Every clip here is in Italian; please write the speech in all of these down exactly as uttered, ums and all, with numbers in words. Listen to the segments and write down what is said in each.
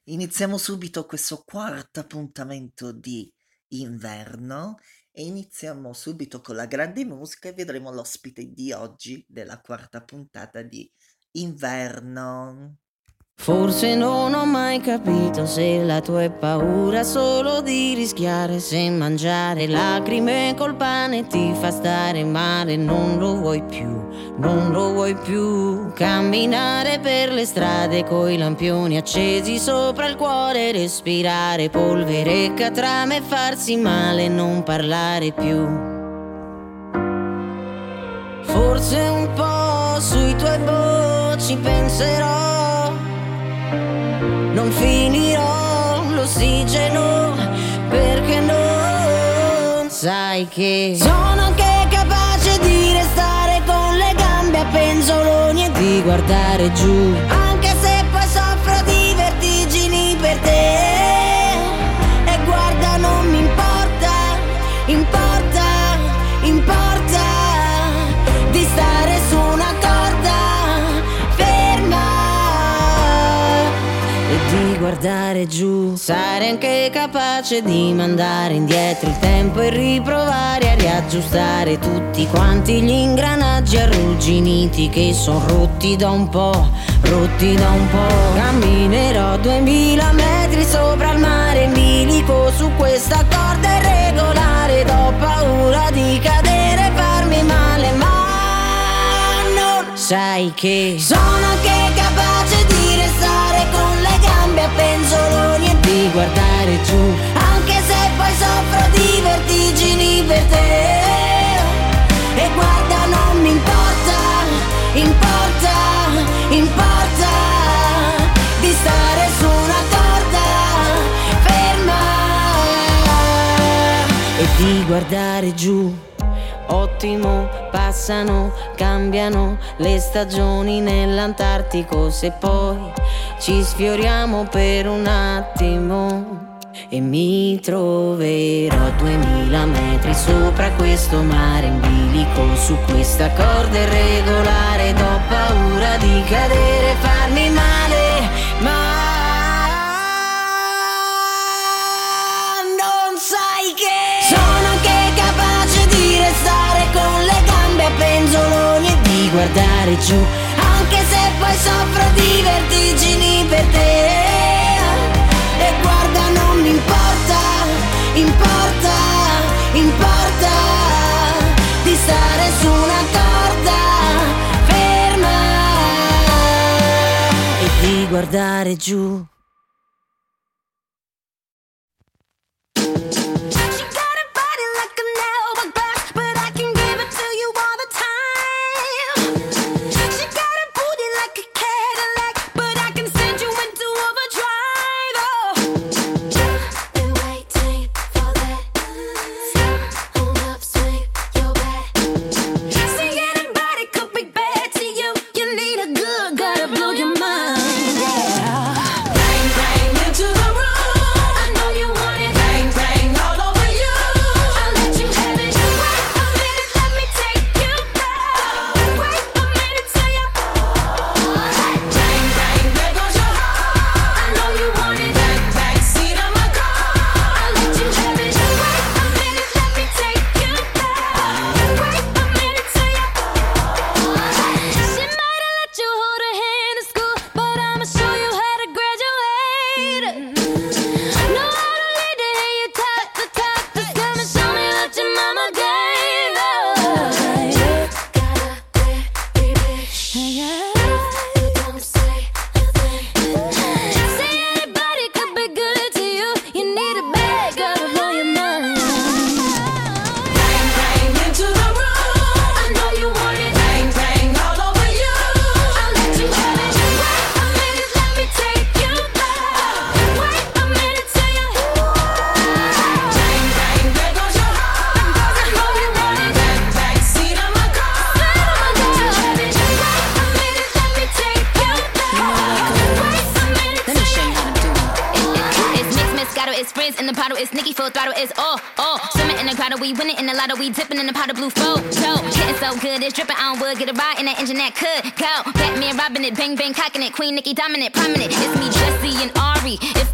Iniziamo subito questo quarto appuntamento di inverno e iniziamo subito con la grande musica e vedremo l'ospite di oggi della quarta puntata di inverno. Forse non ho mai capito se la tua è paura solo di rischiare, se mangiare lacrime col pane ti fa stare male, non lo vuoi più, non lo vuoi più. Camminare per le strade coi lampioni accesi sopra il cuore, respirare polvere, catrame e farsi male, non parlare più. Forse un po' sui tuoi voci penserò, non finirò l'ossigeno perché non sai che sono anche capace di restare con le gambe a penzoloni e di guardare giù, anche se poi soffro di vertigini per te. E guarda, non mi importa, importa, importa di stare su una corda ferma e di guardare giù. Sarei anche capace di mandare indietro il tempo e riprovare a riaggiustare tutti quanti gli ingranaggi arrugginiti che son rotti da un po', rotti da un po'. Camminerò duemila metri sopra il mare in bilico su questa corda irregolare. Ho paura di cadere e farmi male, ma non sai che sono anche capace di restare con le gambe a penzoloni e di guardare giù, anche se poi soffro di vertigini per te. E guarda, non mi importa, importa, importa di stare su una corda ferma e di guardare giù. Ottimo, passano, cambiano le stagioni nell'Antartico, se poi ci sfioriamo per un attimo e mi troverò a duemila metri sopra questo mare in bilico su questa corda irregolare. Ho paura di cadere e farmi male, ma non sai che sono anche capace di restare con le gambe a penzoloni e di guardare giù, anche se poi soffro di vertigini per te. E guarda, non mi importa, importa, importa di stare su una corda ferma e di guardare giù. We winning in the lotto, we dipping in the pot of blue photo. Getting so good, it's dripping on wood. Get a ride in that engine that could go. Batman robbing it, bang bang cocking it. Queen Nicki dominant, prominent. It's me, Jesse and Ari.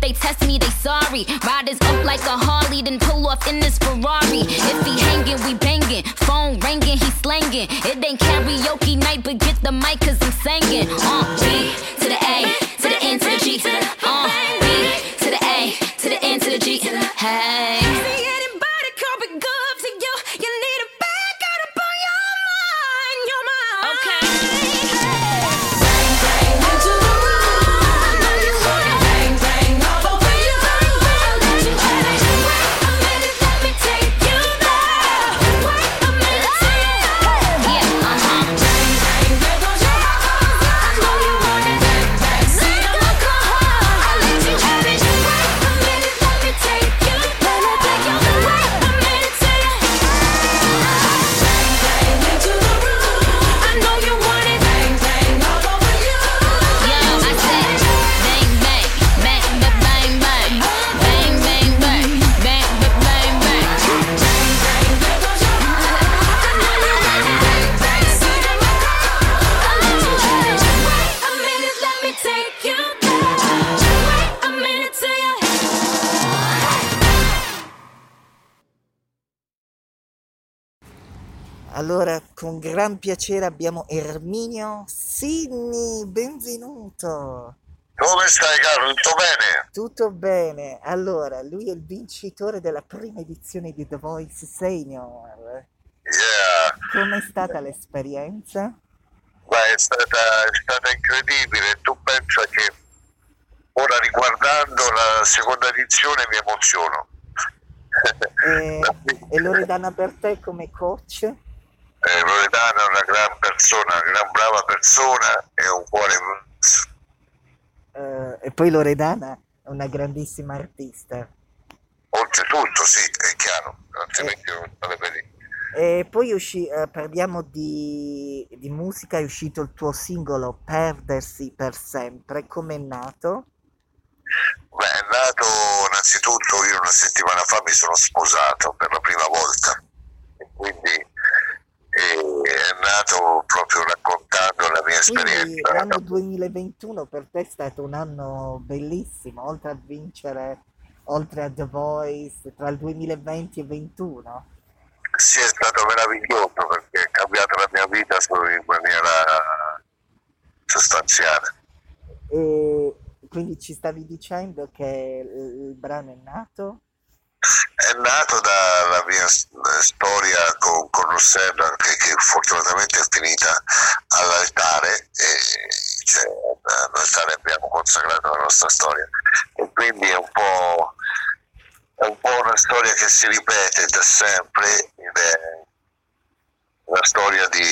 they test me, they sorry. Riders up like a Harley, then pull off in this Ferrari. If he hanging, we banging. Phone ringing, he slanging. It ain't karaoke night, but get the mic cause I'm singing. Uh, B to the A, to the N to the G. Uh, B to the A, to the N to the G. Hey. See anybody coming good to you? You need a back out up on your mind, your mind. Okay. Bang, bang, into the room. I know you want it. Bang, bang, all over you. I'll let you have it. Wait a minute, let me take you there. Wait a minute, yeah, uh-huh. Bang, bang, there goes your heart. I know you want it. Bang, bang, see the look on her. I'll let you have it. Wait a minute, let me take you. Let me take you. Wait a minute, say it. Bang, bang, into the room. I know you want it. Bang, bang, all over you. Yo, I said bang, bang, bang, ba- bang, bang, bang, bang, bang, bang, ba- bang, bang, bang, bang. There goes your heart. I know you want it. Bang, bang, see the look on her. I'll let you have it. Wait a minute, let me take you there. Wait a minute, say it. Allora, con gran piacere abbiamo Erminio Sinni, benvenuto. Come stai, caro? Tutto bene? Tutto bene? Allora, lui è il vincitore della prima edizione di The Voice Senior. Yeah. Com'è stata l'esperienza? Beh, è stata, è stata incredibile. Tu pensa che ora, riguardando la seconda edizione, mi emoziono. E, e Loredana per te come coach? Eh, Loredana è una gran persona, una gran brava persona e un cuore immenso. Eh, e poi Loredana è una grandissima artista. Oltretutto, sì, è chiaro, altrimenti non sta le vedi. E poi usci- eh, parliamo di, di musica, è uscito il tuo singolo Perdersi per sempre, com'è nato? Beh, è nato innanzitutto, io una settimana fa mi sono sposato per la prima volta e quindi eh, è nato proprio raccontando la mia Quindi esperienza. l'anno duemilaventuno per te è stato un anno bellissimo, oltre a vincere, oltre a The Voice, tra il duemilaventi e ventuno. Sì, è stato meraviglioso perché è cambiata la mia vita solo in maniera sostanziale. E quindi ci stavi dicendo che il, il brano è nato? È nato dalla mia s- storia con, con Rossella, che, che fortunatamente è finita all'altare, e cioè, all'altare abbiamo consacrato la nostra storia. E quindi è un po', è un po' una storia che si ripete da sempre, ed è una storia di,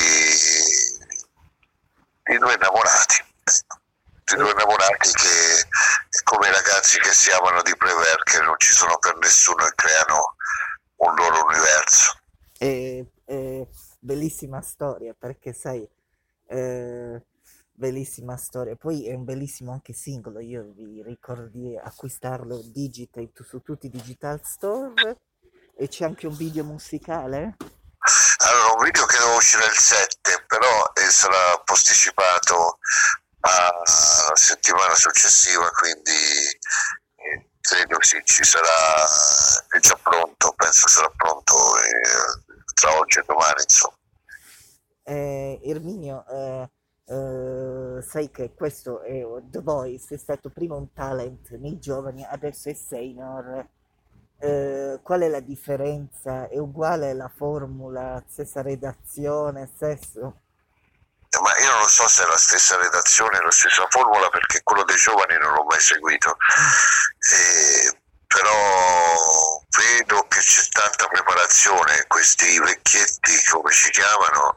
di due innamorati, di due innamorati che, come i ragazzi che si amano di Prévert, che non ci sono per nessuno e creano un loro universo. E, e bellissima storia perché sai, eh, bellissima storia. Poi è un bellissimo anche singolo, io vi ricordo di acquistarlo digital su tutti i digital store e c'è anche un video musicale. Allora, un video che deve uscire il sette, però eh, sarà posticipato alla settimana successiva, quindi eh, credo sì, ci sarà, è già pronto, penso sarà pronto eh, tra oggi e domani, insomma. Eh, Erminio, eh, eh, sai che questo è The Voice, è stato prima un talent nei giovani, adesso è senior. Eh, qual è la differenza? È uguale la formula, stessa redazione, stesso? Eh, Ma io non so se è la stessa redazione, la stessa formula, perché quello dei giovani non l'ho mai seguito. Eh, però vedo che c'è tanta preparazione, questi vecchietti, come ci chiamano,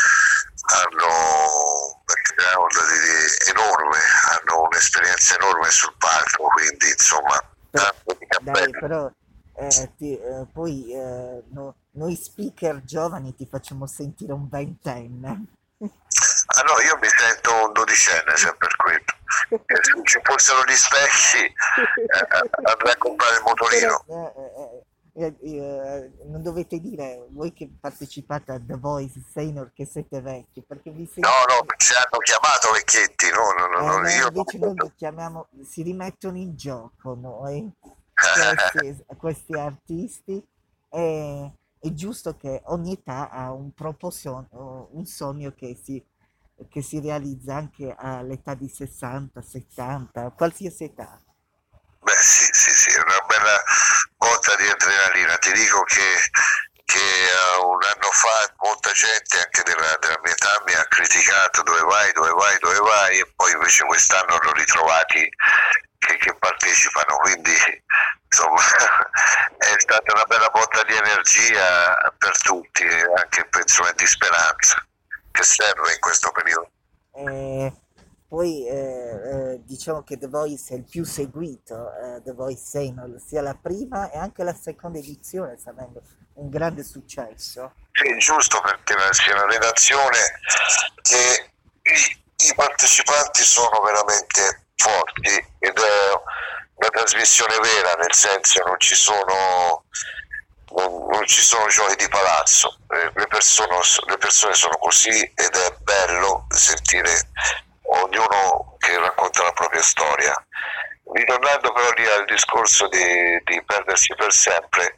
hanno un background di- enorme, hanno un'esperienza enorme sul palco, quindi insomma, Però, tanto di dai, cappello. però eh, ti- eh, poi eh, no- noi speaker giovani ti facciamo sentire un ventenne. Ah no, io mi sento un dodicenne, se per quello. E se ci fossero gli specchi, eh, andrei a comprare il Però motorino. eh, eh, eh, eh, eh, non dovete dire voi che partecipate a The Voice Senior che siete vecchi, perché vi No, sento... no, ci hanno chiamato vecchietti, no, no, no, Eh, no, no, io invece noi li chiamiamo, si rimettono in gioco noi, questi, questi artisti. E è giusto che ogni età ha un proposito, un sogno che si, che si realizza anche all'età di sessanta, settanta, qualsiasi età. Beh, sì, sì, sì, è una bella botta di adrenalina. Ti dico che, che eh, un anno fa molta gente, anche della, della mia età, mi ha criticato dove vai, dove vai, dove vai, e poi invece quest'anno l'ho ritrovati che, che partecipano, quindi insomma è stata una bella botta di energia per tutti, e anche penso di speranza, che serve in questo periodo. E poi eh, eh, diciamo che The Voice è il più seguito, eh, The Voice Senior, sia la prima e anche la seconda edizione sta avendo un grande successo. Sì, giusto, perché sia una redazione che i, i partecipanti sono veramente forti ed è una trasmissione vera, nel senso non ci sono, non, non ci sono giochi di palazzo, eh, le, persone, le persone sono così ed è bello sentire ognuno che racconta la propria storia. Ritornando però lì al discorso di, di perdersi per sempre,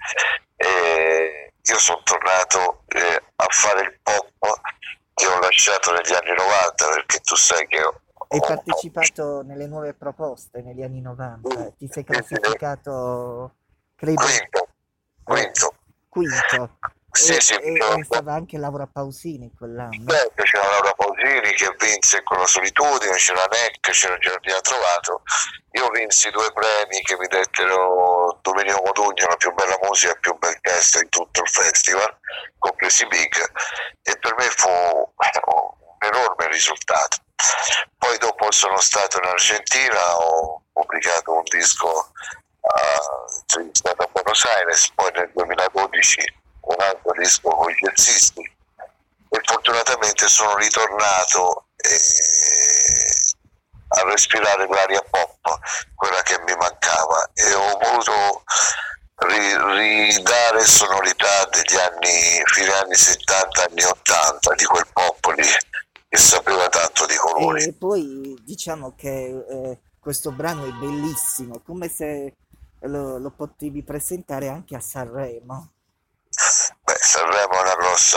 eh, io sono tornato eh, a fare il pop che ho lasciato negli anni novanta, perché tu sai che ho, Hai ho partecipato nelle nuove proposte negli anni novanta, ti sei classificato, credo, quinto, eh, quinto. quinto. Sì, E, sì, e- e stava anche Laura Pausini quell'anno. beh, c'era Laura Pausini che vinse con la solitudine, c'era Neck, c'era Giardino Trovato. Io vinsi due premi che mi dettero Domenico Modugno, la più bella musica e il più bel testo in tutto il festival, compresi Big, e per me fu un enorme risultato. Poi dopo sono stato in Argentina, ho pubblicato un disco a, sono stato a Buenos Aires, poi nel duemiladodici un altro disco con i jazzisti e fortunatamente sono ritornato eh, a respirare l'aria pop, quella che mi mancava, e ho voluto ri- ridare sonorità degli anni, fine anni settanta, anni ottanta, di quel pop lì che sapeva tanto di colori. E poi diciamo che eh, questo brano è bellissimo, come se lo, lo potevi presentare anche a Sanremo. Beh, Sanremo è una grossa,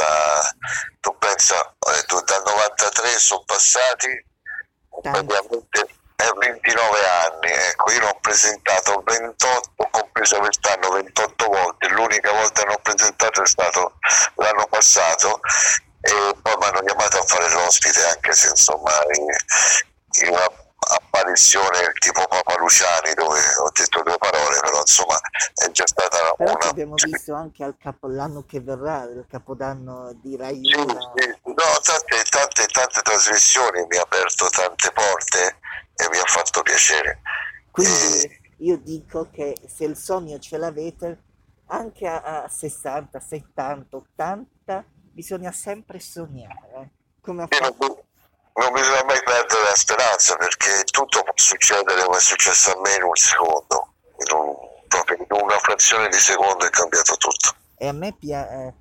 tu pensa, eh, tu, dal novantatré sono passati Tanti. praticamente eh, ventinove anni, ecco, io l'ho presentato ventotto, compreso quest'anno ventotto volte, l'unica volta che non ho presentato è stato l'anno passato, e poi mi hanno chiamato a fare l'ospite, anche se insomma in, in una apparizione tipo Papa Luciani dove ho detto due parole, però insomma è già stata Però ti una... abbiamo visto anche al capo, l'anno che verrà, il capodanno di Rai Sì, uno. sì, no, tante, tante, tante trasmissioni, mi ha aperto tante porte e mi ha fatto piacere. Quindi E, io dico che se il sogno ce l'avete, anche a, a sessanta, settanta, ottanta, bisogna sempre sognare, come ha e non, fatto. non bisogna mai perdere la speranza, perché tutto può succedere come è successo a me in un secondo, in un- proprio in una frazione di secondo è cambiato tutto. E a me piace,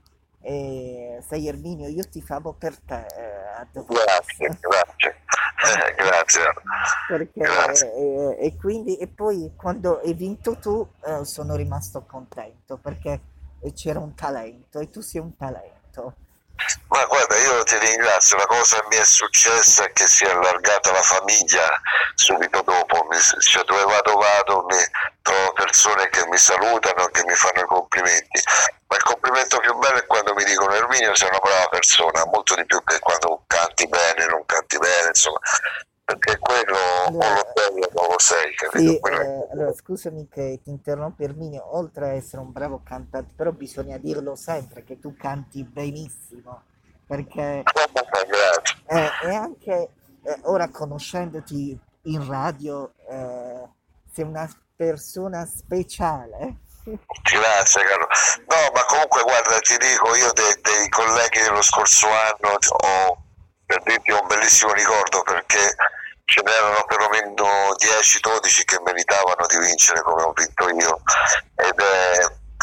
sai Erminio, io tifavo per te eh, a The Grazie, Voice. grazie, eh, grazie, Perché grazie. eh, e quindi e poi quando hai vinto tu eh, sono rimasto contento perché eh, c'era un talento e tu sei un talento. Ma guarda, io ti ringrazio, la cosa che mi è successa è che si è allargata la famiglia subito dopo, mi, cioè dove vado vado, mi, trovo persone che mi salutano, che mi fanno i complimenti, ma il complimento più bello è quando mi dicono Erminio sei una brava persona, molto di più che quando canti bene, non canti bene, insomma, perché quello o lo Allora, sei o non lo sei, capito? sì, Quello è- eh, allora scusami che ti interrompo Erminio, oltre a essere un bravo cantante, però bisogna dirlo sempre che tu canti benissimo, perché Grazie. eh, e anche eh, ora conoscendoti in radio eh, sei una persona speciale. Grazie caro. No, ma comunque guarda, ti dico, io dei, dei colleghi dello scorso anno ho per dirti un bellissimo ricordo, perché ce n'erano perlomeno dieci dodici che meritavano di vincere come ho vinto io, ed è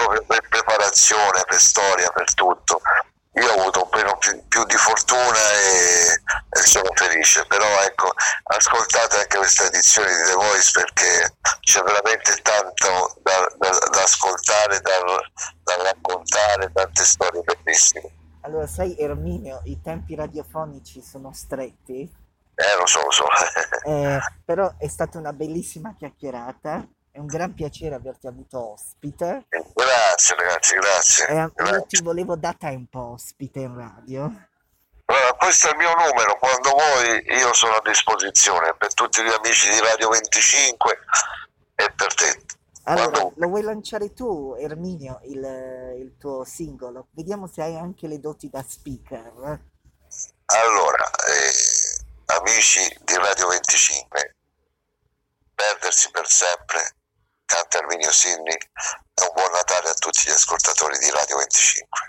proprio per preparazione, per storia, per tutto. Io ho avuto un po' più, più di fortuna e, e sono felice, però ecco, ascoltate anche questa edizione di The Voice perché c'è veramente tanto da, da, da ascoltare, da, da raccontare, tante storie bellissime. Allora, sai Erminio, i tempi radiofonici sono stretti, Eh, lo so, lo so. eh, però è stata una bellissima chiacchierata, è un gran piacere averti avuto ospite. Grazie ragazzi, grazie. E io grazie. ti volevo da tempo ospite in radio. Allora, questo è il mio numero, quando vuoi io sono a disposizione per tutti gli amici di Radio venticinque e per te. Allora, Quando- lo vuoi lanciare tu, Erminio, il, il tuo singolo? Vediamo se hai anche le doti da speaker. Allora, eh, amici di Radio venticinque, perdersi per sempre, canta Erminio Sinni, e un buon Natale a tutti gli ascoltatori di Radio venticinque.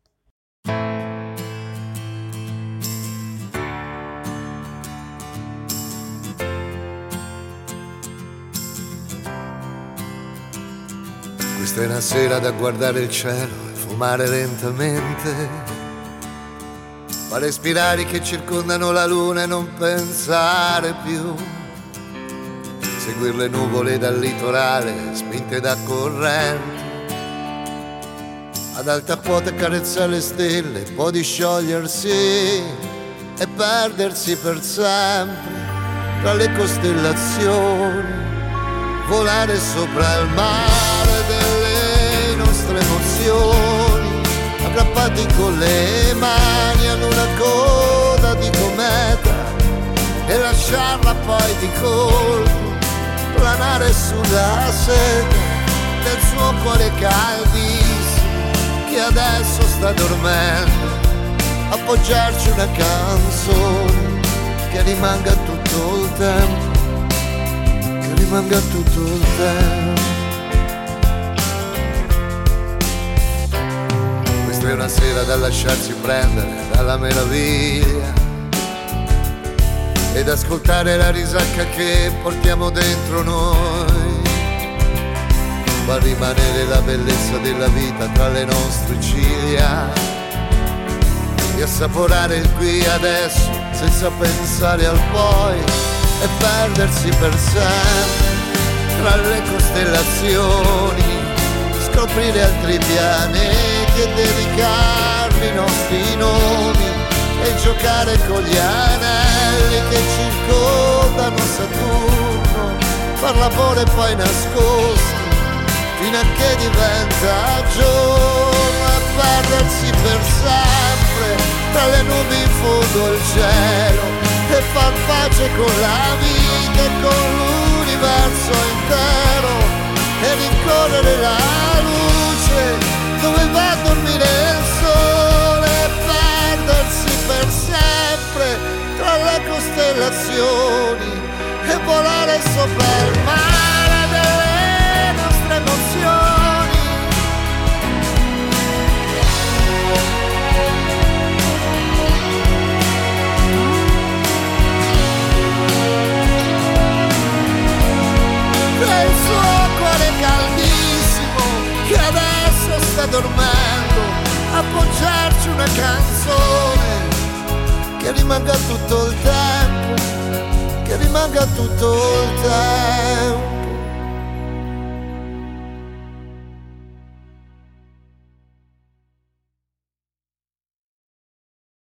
Questa è una sera da guardare il cielo e fumare lentamente, ma respirare che circondano la luna e non pensare più, seguire le nuvole dal litorale spinte da correnti, ad alta quota carezzare le stelle, poi di sciogliersi e perdersi per sempre tra le costellazioni, volare sopra il mare delle nostre emozioni, aggrappati con le mani ad una coda di cometa e lasciarla poi di colpo planare sulla seta del suo cuore caldissimo che adesso sta dormendo, appoggiarci una canzone che rimanga tutto il tempo, che rimanga tutto il tempo. Questa è una sera da lasciarsi prendere dalla meraviglia ed ascoltare la risacca che portiamo dentro noi, fa rimanere la bellezza della vita tra le nostre ciglia e assaporare il qui adesso senza pensare al poi e perdersi per sempre tra le costellazioni, scoprire altri pianeti e dedicarvi i nostri nomi e giocare con gli anelli che circondano Saturno, far l'amore poi nascosto fino a che diventa giorno e perdersi per sempre tra le nubi in fondo al cielo e far pace con la vita e con l'universo intero e rincorrere la luce dove va a dormire il sole e perdersi per sempre tra le costellazioni e volare sopra il mare delle nostre emozioni. E il suo cuore caldissimo che adesso sta dormendo, appoggiarci una canzone che rimanga tutto il tempo, che rimanga tutto il tempo.